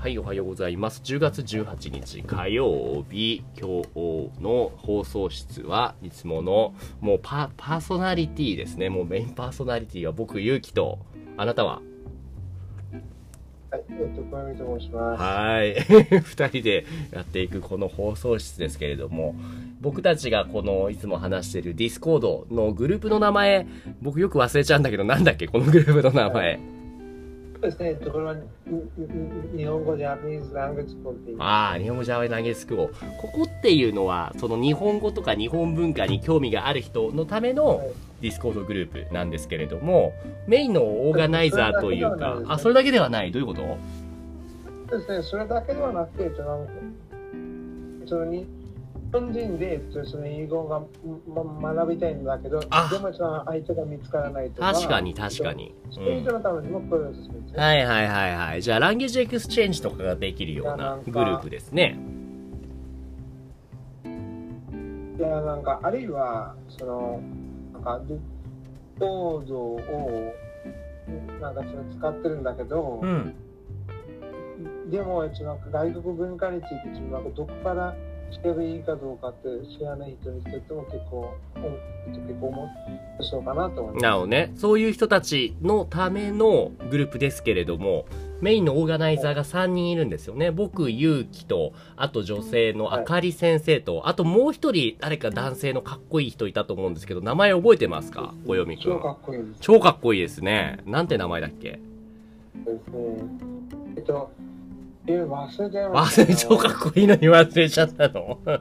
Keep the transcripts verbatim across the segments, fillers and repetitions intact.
はい、おはようございます。じゅうがつじゅうはちにち火曜日、今日の放送室はいつものもう パ, パーソナリティですね。もうメインパーソナリティは僕、ゆうきと、あなたははい、えっと、小山と申します。 はい。二人でやっていくこの放送室ですけれども、僕たちがこのいつも話しているディスコードのグループの名前、僕よく忘れちゃうんだけど、なんだっけこのグループの名前。 そうですね、えっと、これは日本語ジャパニーズランゲージスクールっていう。 ああ、日本語ジャパニーズランゲージスクール。ここっていうのは、その日本語とか日本文化に興味がある人のためのディスコードグループなんですけれども、メインのオーガナイザーというか、あ、それだけではない。どういうこと？ そうですね、それだけではなくて、その日本人でその英語が学びたいんだけど、でもその相手が見つからないとか。確かに確かに。 そういう人のためにもこれを進めてます。 はいはいはいはい。じゃあ、ランゲージエクスチェンジとかができるようなグループですね。 いや、なんか、あるいは、その、なんか、コードを、なんかその使ってるんだけど、うん、でも、なんか外国文化について、なんかどこから知ればいいかどうかって知らない人にとっても結構、結構面白そうかなと思います。 なるほどね。そういう人たちのためのグループですけれども、メインのオーガナイザーがさんにんいるんですよね。僕、ゆうきと、あと女性のあかり先生と、はい、あともう一人、誰か男性のかっこいい人いたと思うんですけど、名前覚えてますか？小読くん。 超かっこいいです。 超かっこいいですね。なんて名前だっけ？ ですね。えっと、え、忘れちゃいました。忘れ、超かっこいいのに忘れちゃったの？ 忘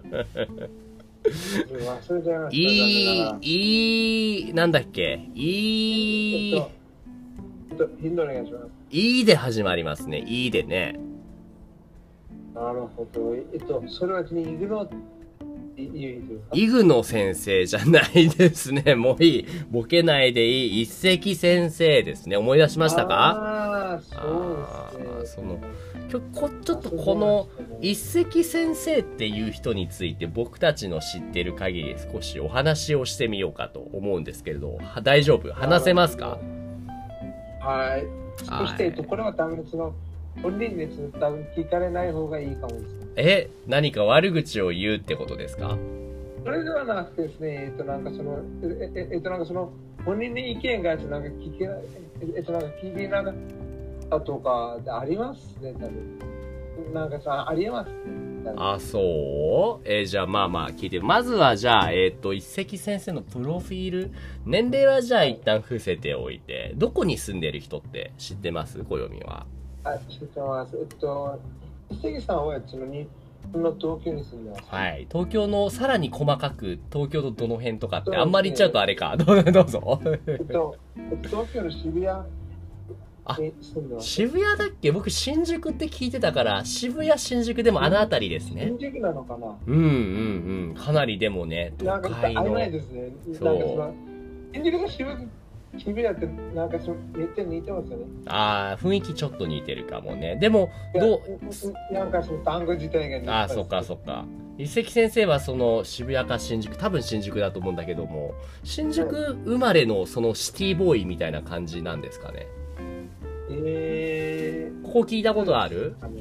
れちゃいました。 いい、いい、なんだっけ？いい、 えっと、えっと、ヒントお願いします。 いいで始まりますね。いいでね。 なるほど。えっと、それはイグノって言う意味ですか？ イグノ先生じゃないですね。もういい。ボケないでいい。一石先生ですね。思い出しましたか？ ああ、そうですね。 そのこちょっとこの一石先生っていう人について僕たちの知っている限り少しお話をしてみようかと思うんですけれど、大丈夫？話せますか？ はい。そして、これは多分その本人に多分聞かれない方がいいかもです。 え、何か悪口を言うってことですか？ それではなくてですね、えっとなんかそのえええっとなんかその本人の意見がなんか聞けないえっとなんか聞いてなかったとかありますね、多分。なんかさありえます、ね。 あ、そう？えー、じゃあまあまあ聞いて。まずはじゃあ、えっと、一石先生のプロフィール。年齢はじゃあ一旦伏せておいて、どこに住んでる人って知ってます？小読みは。 あ、知ってます。えっと、一石さんはその日本の東京に住んでます。 はい。東京のさらに細かく、東京のどの辺とかってあんまり言っちゃうとあれか。どうぞ。 えっと、東京の渋谷。 あ、渋谷だっけ？僕新宿って聞いてたから、渋谷新宿でもあの辺りですね。 新宿なのかな？ うんうんうん。かなりでもね、都会の。 曖昧ですね。そう。新宿と渋谷渋谷ってなんかめっちゃ似てますよね。 ああ、雰囲気ちょっと似てるかもね。でも、どう、なんかその単語自体が似てます。 ああ、そっかそっか。一石先生はその渋谷か新宿、多分新宿だと思うんだけども、新宿生まれのそのシティボーイみたいな感じなんですかね。 えー、 ここ聞いたことある？うん。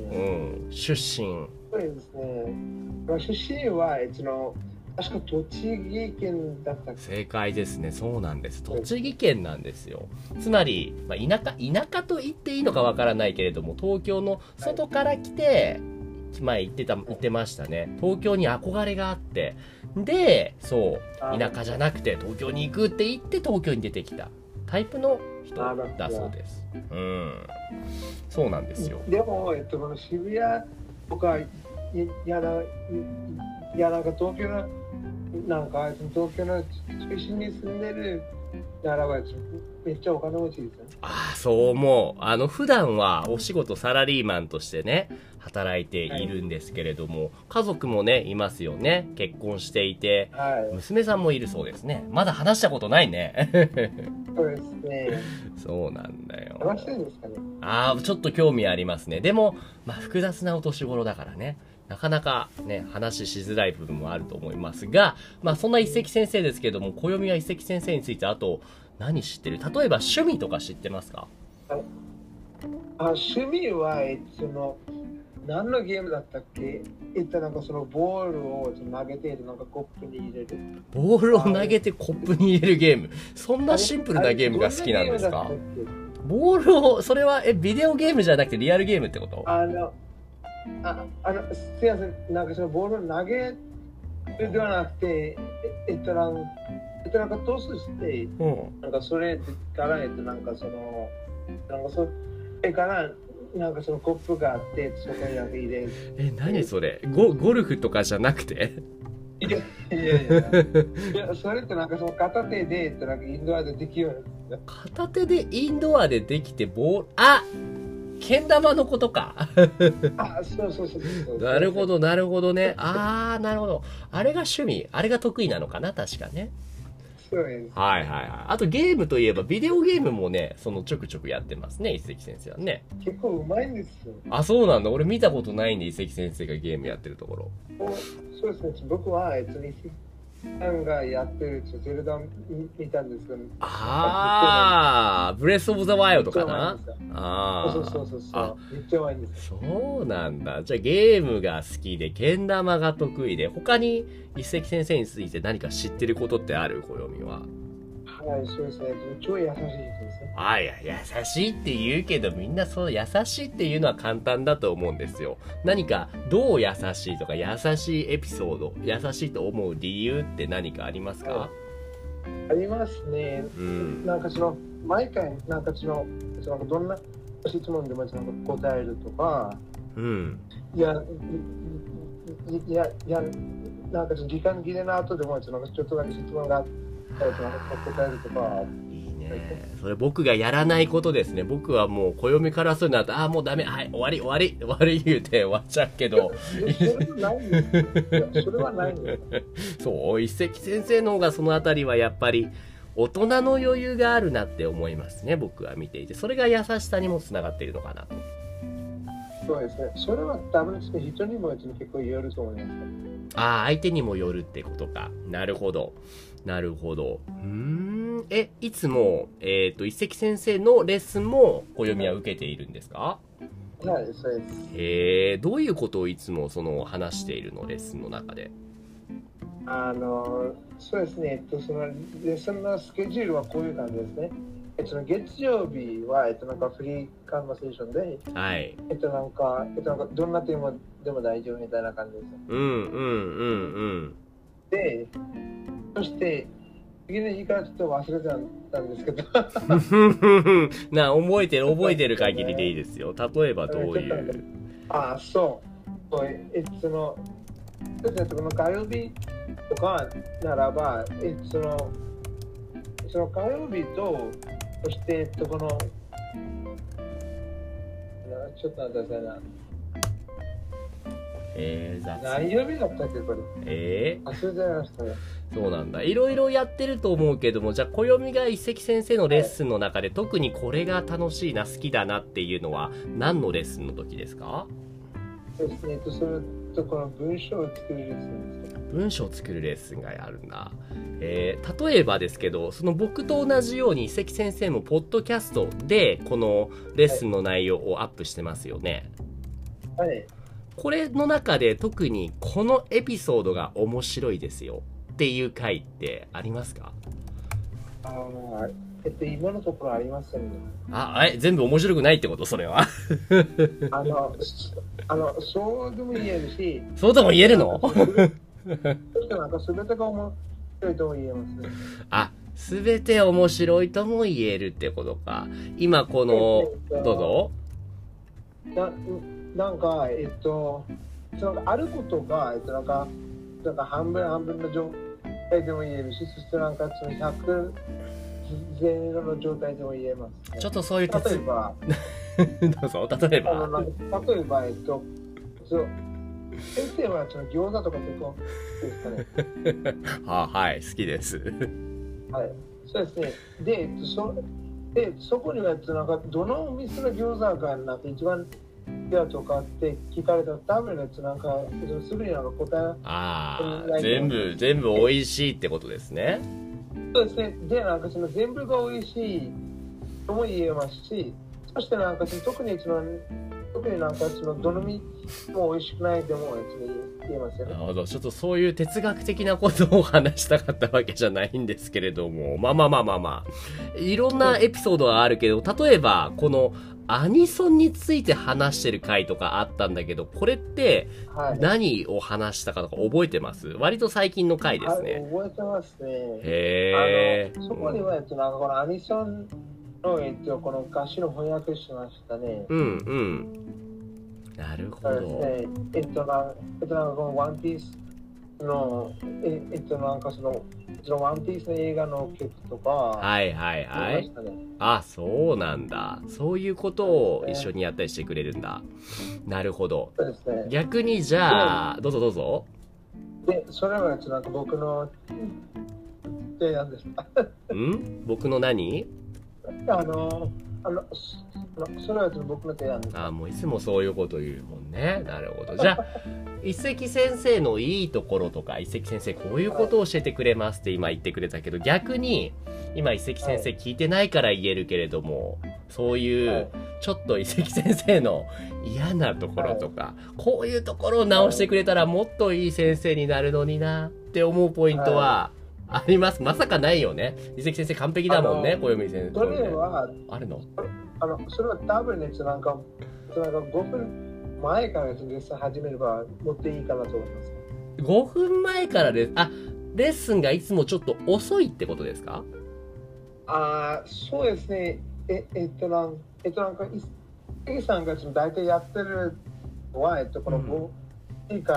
出身。 そうですね。出身は、えっと、確か栃木県だったっけ？ 正解ですね。そうなんです。栃木県なんですよ。つまり、まあ、田舎、田舎と言っていいのかわからないけれども、東京の外から来て、前言ってた、言ってましたね。東京に憧れがあって、で、そう、田舎じゃなくて東京に行くって言って東京に出てきたタイプの人だそうです。うん。そうなんですよ。 でも、えっと、この渋谷とか、いやな、いやなんか東京の、なんか東京の中心に住んでるならばめっちゃお金持ちですよね。 ああ、そう思う。あの、普段はお仕事サラリーマンとしてね、働いているんですけれども、はい、家族もね、いますよね。結婚していて、はい、娘さんもいるそうですね。まだ話したことないね。 そうですね。 そうなんだよ。 話してるんですかね。 ああ、ちょっと興味ありますね。でも、まあ、複雑なお年頃だからね。なかなかね、話しづらい部分もあると思いますが、まあそんな一石先生ですけども、暦は一石先生についてあと何知ってる？例えば趣味とか知ってますか？ あ、趣味は、その、 何のゲームだったっけ？えっとなんかそのボールを投げてなんかコップに入れる。 ボールを投げてコップに入れるゲーム。そんなシンプルなゲームが好きなんですか？ボールを、それは、え、ビデオゲームじゃなくてリアルゲームってこと？ あの、あ、あの、すいません、なんかそのボールを投げるではなくて、え、えっとなんか、えっとなんかトスして、うん、なんかそれから、えっとなんかその、なんかそれから、なんかそのコップがあって、そこになんか入れる。 え、何それ？ゴ、ゴルフとかじゃなくて？ いやいやいやいや、それってなんかその片手で、ってなんかインドアでできるような。 片手でインドアでできてボール、あ、けん玉のことか。 あ、そうそうそうそう。 なるほど、なるほどね。あー、なるほど。あれが趣味、あれが得意なのかな、確かね。 そうです。 はいはいはい。あとゲームといえば、ビデオゲームもね、そのちょくちょくやってますね、一石先生はね。 結構うまいんですよ。 あ、そうなんだ。俺見たことないんで、一石先生がゲームやってるところ。 そうですね。僕は、えっと、一石さんがやってるゼルダ見たんですけど。 あー、ブレスオブザワイルドかな？ ああ。そうそうそうそう。めっちゃうまいんです。 そうなんだ。じゃあゲームが好きで、けん玉が得意で、他に一石先生について何か知ってることってある？暦は。 はい、そうですね。超優しい人ですね。 あ、いや、優しいって言うけど、みんなそう、優しいっていうのは簡単だと思うんですよ。何か、どう優しいとか、優しいエピソード、優しいと思う理由って何かありますか？はい、 ありますね。うん。なんかその、毎回、なんかその、そのどんな質問でもその答えるとか、うん。いや、いや、いや、なんか時間切れの後でも、そのちょっとだけ質問があって、答えるとか。 いいね。それ僕がやらないことですね。僕はもう暦からするのあと、ああ、もうダメ、はい、終わり、終わり、終わり言うて終わっちゃうけど。 それはないんですよ。それはないんです。 そう、一石先生の方がそのあたりはやっぱり、大人の余裕があるなって思いますね。僕は見ていて。それが優しさにもつながっているのかなと。 そうですね。それは多分人にも結構よると思います。 ああ、相手にもよるってことか。なるほど。なるほど。うーん。え、いつも、えっと、一石先生のレッスンも暦は受けているんですか？ はい、そうです。 へえ、どういうことをいつもその話しているの、レッスンの中で。 あの、そうですね。えっと、そのレッスンのスケジュールはこういう感じですね。えっと、月曜日は、えっと、なんかフリーカンバセーションで、はい。えっと、なんか、えっと、なんかどんなテーマでも大丈夫みたいな感じです。 うんうんうんうん。 で、そして、次の日からちょっと忘れてたんですけど。 な、覚えてる、覚えてる限りでいいですよ。例えばどういう。 ああ、そう。えっと、その、この火曜日とかならば、えっと、その、その火曜日と、そして、えっと、この、ちょっと待ってくださいな。 えー、雑何曜日だったっけ、これ。 えー、 忘れてましたね。 そうなんだ。いろいろやってると思うけども、じゃあ、暦が一石先生のレッスンの中で、はい、特にこれが楽しいな、好きだなっていうのは、何のレッスンの時ですか？ そうですね。それと、この文章を作るレッスンです。 文章を作るレッスンがあるんだ。えー、例えばですけど、その僕と同じように一石先生もポッドキャストでこのレッスンの内容をアップしてますよね。 はい。 これの中で特にこのエピソードが面白いですよっていう回ってありますか？ ああ、えっと今のところありませんね。 あ、え、全部面白くないってこと？それは。 あの、あのそうでも言えるし。 そうとも言えるの？ なんか全てが面白いとも言えますね。 あ、全て面白いとも言えるってことか。今この、どうぞ。 な, なんかえっとそのあることがえっとなんかなんか半分半分の状態でも言えるし、そしてなんかそのひゃくゼロの状態でも言えます、ね。ちょっとそういう例えばどうぞ例えばあの例えばえっとそう先生はその餃子とか結構ですかね。 はあ、はい、好きです。 はい、そうですね。で、えっと、そでそこにはえっとなんかどのお店の餃子がなんか一番好きだとかって聞かれたら多分ねなんかすぐになんか答えああ全部全部美味しいってことですね。 そうですね。でなんかその全部が美味しいとも言えますし、そしてなんかその特にその特になんかそのどのみも美味しくないでも別に言えますよね。 なるほど。ちょっとそういう哲学的なことを話したかったわけじゃないんですけれども、まあまあまあまあまあ、いろんなエピソードはあるけど、例えばこのアニソンについて話してる回とかあったんだけど、これって何を話したかとか覚えてます？割と最近の回ですね。 はい、覚えてますね。 へー。 あのそこには、えっと、なんかこのアニソンの、えっと、この歌詞の翻訳しましたね。 うんうん。なるほど。 そうですね。えっと、なえっと、なんかこのワンピースの、ええっと、なんかその、そのワンピースの映画の曲とか、 はいはいはい。ね、あ、そうなんだ。そういうことを一緒にやったりしてくれるんだ。なるほど。そうですね。逆にじゃあ、どうぞどうぞ。 で、それはなんか僕の提案です。 ん？僕の何？ あの、あの、それは僕の提案です。 あ、もういつもそういうこと言うもんね。なるほど。じゃあ、一石先生のいいところとか、一石先生こういうことを教えてくれますって今言ってくれたけど、逆に、今一石先生聞いてないから言えるけれども、そういう、ちょっと一石先生の嫌なところとか、こういうところを直してくれたらもっといい先生になるのになって思うポイントは、あります。まさかないよね。一石先生完璧だもんね、暦先生。 それは、 あるの？ あの、それは多分ね、なんか、なんかごふんまえからレッスン始めればもっといいかなと思います。 ごふんまえからレッスン、あ、レッスンがいつもちょっと遅いってことですか？ ああ、そうですね。え、えっと、なん、えっと、なんか、イさんが大体やってるのは、えっと、このごじから、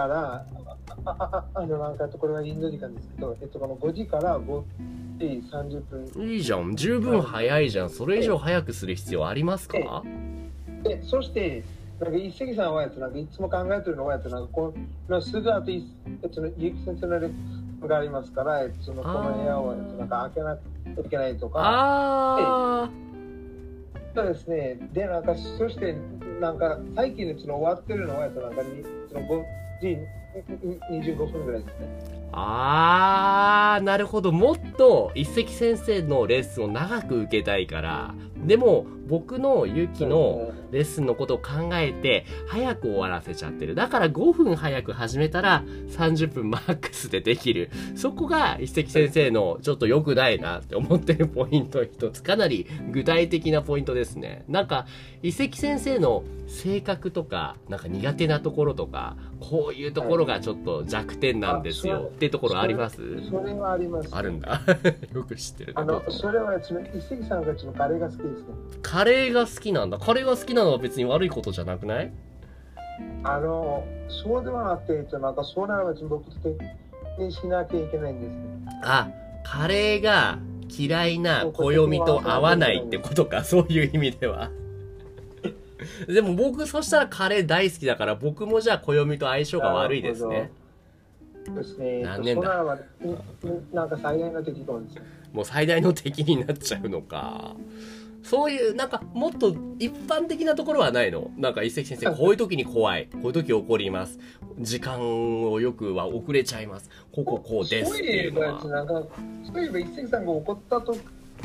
うんあああのなんかこれはインド時間ですけど、えっと、このごじからごじさんじゅっぷん。 いいじゃん、十分早いじゃん。それ以上早くする必要ありますか？ で、そしてなんか一石さんはなんかいつも考えてるのはなんかこのすぐ後にゆき先生のレッスンがありますから、そのこの部屋をなんか開けなきゃいけないとか。ああ。そうですね。でなんかそしてなんか最近のその終わってるのはなんかそのごじにじゅうごふんぐらいですね。 あー、なるほど。もっと一石先生のレッスンを長く受けたいから、でも僕のゆきのレッスンのことを考えて早く終わらせちゃってる。だからごふん早く始めたらさんじゅっぷんマックスでできる。そこが一石先生のちょっと良くないなって思ってるポイント一つ。かなり具体的なポイントですね。なんか一石先生の性格とか、なんか苦手なところとか、こういうところがちょっと弱点なんですよっていうところあります？ それはあります。 あるんだ。よく知ってる。 あの、それは一石さんがちのカレーが好きですね。 カレーが好きなんだ。カレーが好きなのは別に悪いことじゃなくない？ あの、そうではなくて、なんかそうなら別に僕とにしなきゃいけないんですね。 あ、カレーが嫌いな暦と合わないってことか、そういう意味では。でも僕そしたらカレー大好きだから、僕もじゃあ暦と相性が悪いですね。 ですね。 残念だ。 なんか最大の敵なんですよ。 もう最大の敵になっちゃうのか。そういう、なんかもっと一般的なところはないの？なんか一石先生、こういう時に怖い。こういう時起こります。時間をよくは遅れちゃいます。こここうですっていうのは。 そういえば一石さんが怒ったと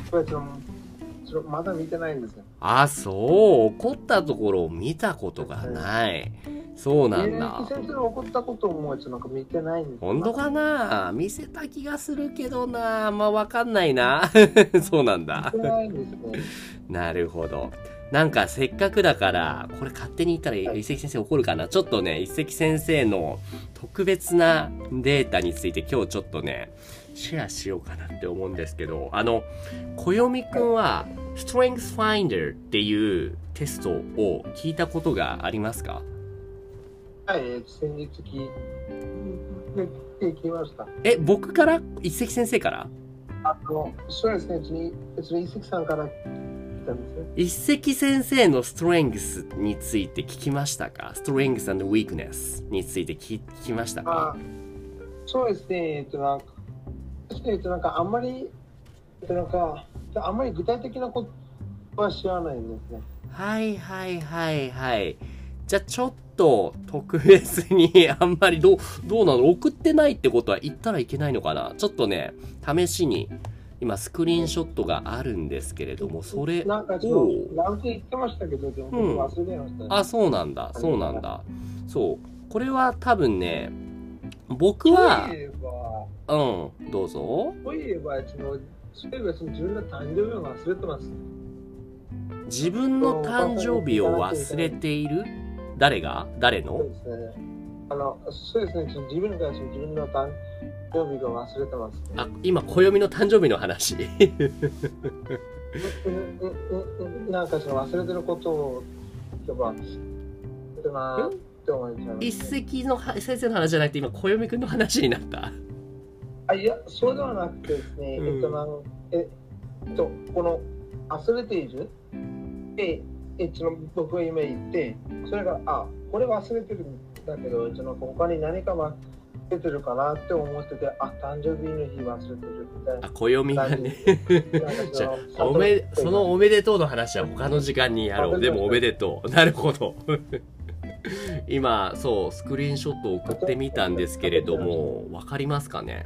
まだ見てないんですよ。 あ、そう。怒ったところを見たことがない。そうなんだ。 先生の怒ったことをもうなんか見てないんです。 本当かな？見せた気がするけどな。まあわかんないな。そうなんだ。 見てないんですね。 なるほど。なんかせっかくだから、これ勝手に言ったら一石先生怒るかな？ちょっとね、一石先生の特別なデータについて今日ちょっとね、シェアしようかなって思うんですけど、あの、こよみくんは、Strength Finder っていうテストを聞いたことがありますか？ はい、先日聞いてきました。 え、僕から？一石先生から？ あの、そうですね、別に一石さんから聞いたんですね。 一石先生の Strengths について聞きましたか？ Strengths and Weakness について聞きましたか？ そうですね、えっと、なんか、えっと、なんかあんまり、えっと、なんか、あんまり具体的なことは知らないんですね。 はいはいはいはい。じゃあちょっと特別にあんまりどう、どうなの？送ってないってことは言ったらいけないのかな？ちょっとね、試しに今スクリーンショットがあるんですけれども、それなんかちょっとランク言ってましたけど、でも忘れてました、ね、 うん、あ、そうなんだ、そうなんだ。そう、これは多分ね、僕は、うん、どうぞ。 そういえば、そういえば自分の誕生日を忘れてます。 自分の誕生日を忘れている？誰が？誰の？ そうですね。あの、そうですね。自分が自分の誕生日を忘れてます、ね。 あ、今、暦の誕生日の話。 なんかその忘れてることを言えば、えっとなって思いました、ね。 一石の先生の話じゃなくて、今、暦くんの話になった。 あ、いや、そうではなくてですね、うん、えっと、なえっと、この忘れているで、えっと、僕が今言って、それが、あ、これ忘れてるんだけど、その他に何か忘れてるかなって思ってて、あ、誕生日の日忘れてるみたいな。 あ、暦がね。じゃあ、おめ、そのおめでとうの話は他の時間にやろう。でもおめでとう。なるほど。今、そう、スクリーンショットを送ってみたんですけれども、わかりますかね？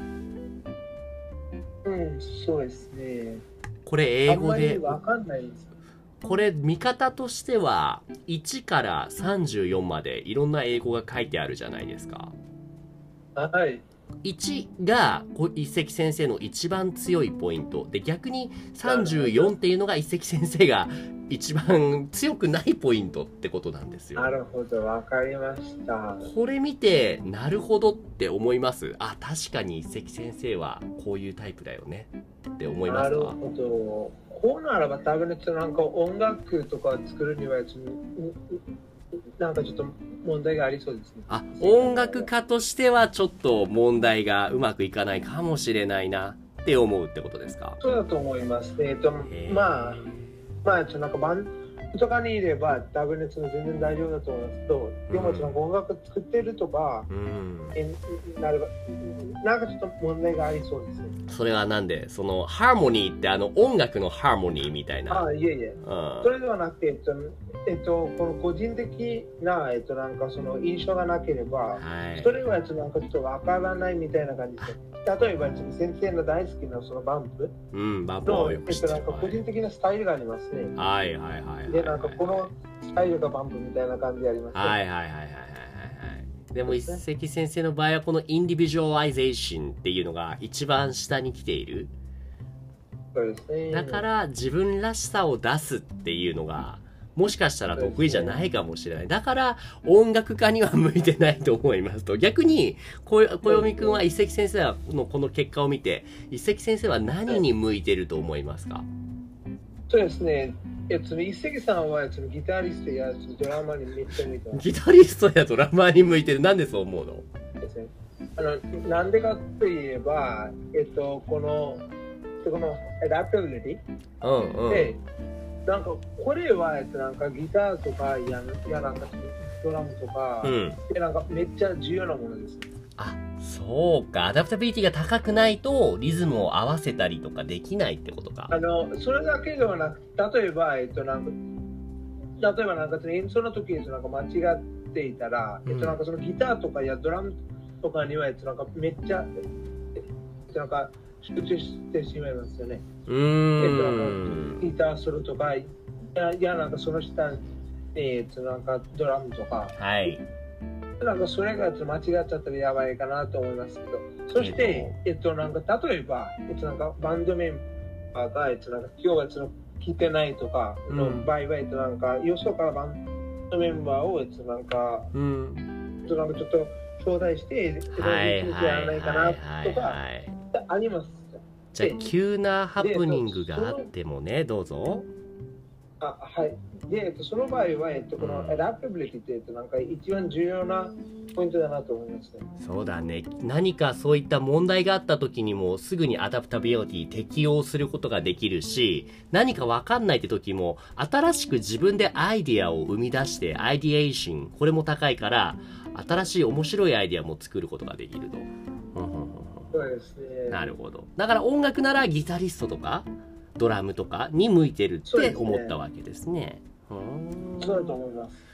うん、そうですね。 これ英語で。 わかんないです。 これ見方としてはいちからさんじゅうよんまでいろんな英語が書いてあるじゃないですか。 はい。 いちが一石先生の一番強いポイントで、逆にさんじゅうよんっていうのが一石先生が一番強くないポイントってことなんですよ。 なるほど、わかりました。 これ見てなるほどって思います。あ、確かに一石先生はこういうタイプだよねって思いますか？ なるほど。こうならば多分なんか音楽とか作るにはなんかちょっと問題がありそうですね。 あ、音楽家としてはちょっと問題がうまくいかないかもしれないなって思うってことですか？ そうだと思いますね。えっと、まあ、まあ、ちょっとなんかバンドとかにいれば多分全然大丈夫だと思いますけど、でもちょっと音楽作ってるとか、うん、えなればなんかちょっと問題がありそうですね。 それはなんで、そのハーモニーってあの音楽のハーモニーみたいな。 あ、いえいえ、うん、それではなくて、えっとえっと、この個人的な、えっと、なんかその印象がなければ、はい、それはちょっとなんかちょっとわからないみたいな感じです。例えば先生の大好きなそのバンプの、うん、バンプをよく知ってる、えっと、なんか個人的なスタイルがありますね。 はいはいはいはい、はい、 でなんかこのスタイルがバンプみたいな感じでありますね。 はいはいはいはいはいはい。でも一石先生の場合はこのインディビジュアライゼーションっていうのが一番下に来ている。 そうですね。 だから自分らしさを出すっていうのがもしかしたら得意じゃないかもしれない。だから音楽家には向いてないと思いますと。逆に小読くんは一石先生のこの結果を見て、一石先生は何に向いてると思いますか？ そうですね。えっと、一石さんはギタリストやドラマーにめっちゃ向いてます。 ギタリストやドラマーに向いてる。なんでそう思うの？ ですね。あのなんでかといえば、えっとこのこのアダプタビリティ、うんうん、で。なんかこれはなんかギターとかややなんかドラムとか、うん、でなんかめっちゃ重要なものです。 あ、そうか。アダプタビリティが高くないとリズムを合わせたりとかできないってことか。 あのそれだけではなく、例えばえっとなんか例えばなんか演奏の時になんか間違っていたら、うん、えっとなんかそのギターとかやドラムとかにはえっとなんかめっちゃえっとなんか集中してしまいますよね。 うーん。ギターするとか、いや、いやなんかその下に、えー、なんかドラムとか、 はい。 なんかそれが間違っちゃったらやばいかなと思いますけど、そして、えっと、なんか例えば、えっと、なんかバンドメンバーが、えっと、なんか今日はその聞いてないとかの場合は、えっと、なんかよそからバンドメンバーを、えっと、なんか、うん、えっと、なんかちょっと招待して、えっと、やらないかなとか、あります。 じゃあ急なハプニングがあってもね、どうぞ。 あ、はい。で、えっと、その場合は、えっと、このアダプタビリティって、えっと、なんか一番重要なポイントだなと思いますね。 そうだね。何かそういった問題があった時にもすぐにアダプタビリティ適用することができるし、何かわかんないって時も新しく自分でアイディアを生み出して、アイディエーション、これも高いから、新しい面白いアイディアも作ることができると。 そうですね。 なるほど。だから音楽ならギタリストとかドラムとかに向いてるって思ったわけですね。 そうだと思います。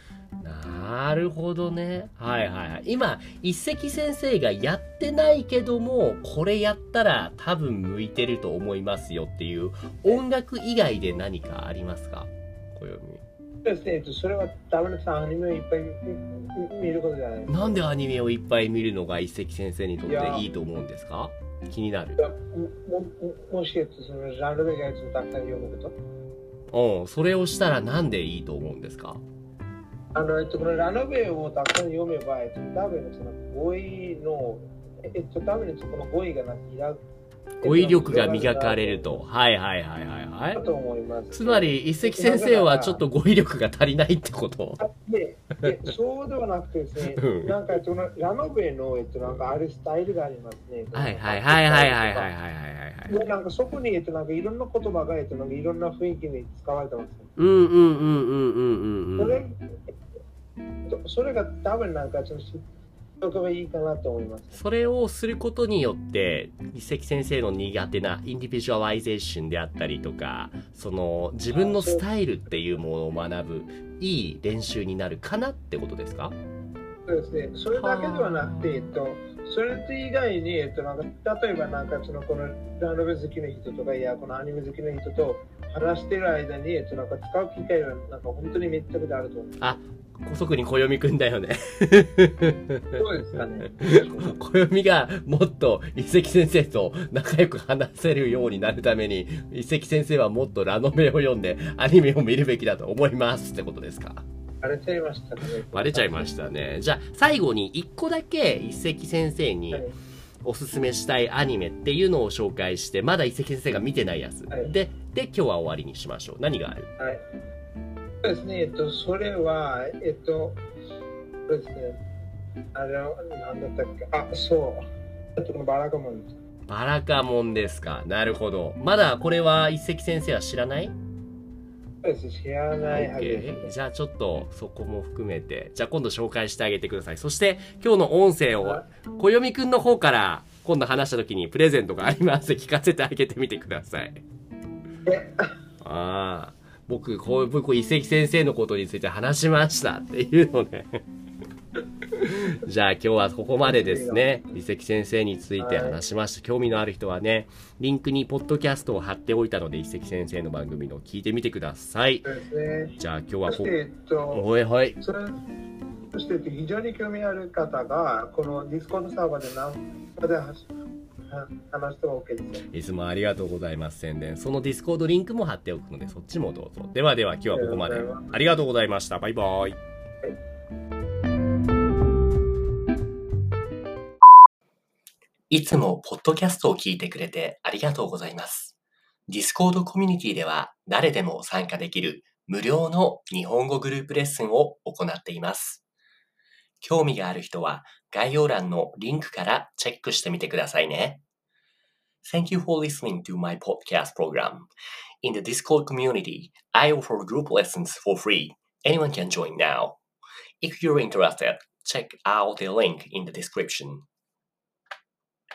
なるほどね。はいはいはい。今、一石先生がやってないけども、これやったら多分向いてると思いますよっていう音楽以外で何かありますか？暦。 そうですね。それは多分さ、アニメをいっぱい見ることじゃないですか。 なんでアニメをいっぱい見るのが一石先生にとっていいと思うんですか？気になる。 も, も, もしそのラノベがやつをたくさん読むこと。 うん、それをしたらなんでいいと思うんですか？ あの、えっと、このラノベをたくさん読めば、えっと、多分その語彙の、えっと、多分そこの語彙がなくなる。 語彙力が磨かれると。はいはいはいはいはい。 だと思います。 つまり、一石先生はちょっと語彙力が足りないってこと？ で、でそうではなくてですね、うん、なんかそのラノベの、えっと、なんかあるスタイルがありますね。 はいはいはいはいはいはいはいはいはい。 なんかそこに、えっと、なんかいろんな言葉が、えっと、なんかいろんな雰囲気に使われてます、ね。 うんうんうんうんうんうんうん。 それ、それが多分なんかちょっといいかなと思います。 それをすることによって一石先生の苦手なインディビジュアライゼーションであったりとか、その自分のスタイルっていうものを学ぶいい練習になるかなってことですか？ そうですね。それだけではなくて、えっと、それと以外に、えっと、なんか例えばなんかそのこのラノベ好きの人とかいやこのアニメ好きの人と話してる間に、えっと、なんか使う機会はなんか本当にめっちゃくちゃあると思う。 あ、特に暦くんだよね。 そうですかね。 暦がもっと一石先生と仲良く話せるようになるために、一石先生はもっとラノベを読んでアニメを見るべきだと思いますってことですか？ バレちゃいましたね。 バレちゃいましたね。じゃあ最後に一個だけ一石先生におすすめしたいアニメっていうのを紹介して、まだ一石先生が見てないやつ、はい、でで今日は終わりにしましょう。何がある？ はい、そうですね。えっとそれはえっとそうですね。あれなんだったっけ？あ、そう。えっとバラカモン。 バラカモンですか。なるほど。まだこれは一石先生は知らない？ 知らないはずです、 ね。じゃあちょっとそこも含めて、じゃあ今度紹介してあげてください。そして今日の音声を暦くんの方から今度話した時にプレゼントがあります聞かせてあげてみてください。ああ、僕こう僕一石先生のことについて話しましたっていうのね。じゃあ今日はここまでですね。一石先生について話しました。興味のある人はね、リンクにポッドキャストを貼っておいたので、一石先生の番組の聞いてみてください。 そうですね。 じゃあ今日はここ、 えっと、 はいはい。 それそして非常に興味ある方がこのディスコードサーバーで何かで話しても OK ですよ。 いつもありがとうございます。宣伝。そのディスコードリンクも貼っておくので、そっちもどうぞ。ではでは今日はここまで。ありがとうございました。バイバイ。はい、いつもポッドキャストを聞いてくれてありがとうございます。ディスコードコミュニティでは誰でも参加できる無料の日本語グループレッスンを行っています。興味がある人は概要欄のリンクからチェックしてみてくださいね。Thank you for listening to my podcast program. In the Discord community, I offer group lessons for free. Anyone can join now. If you're interested, check out the link in the description.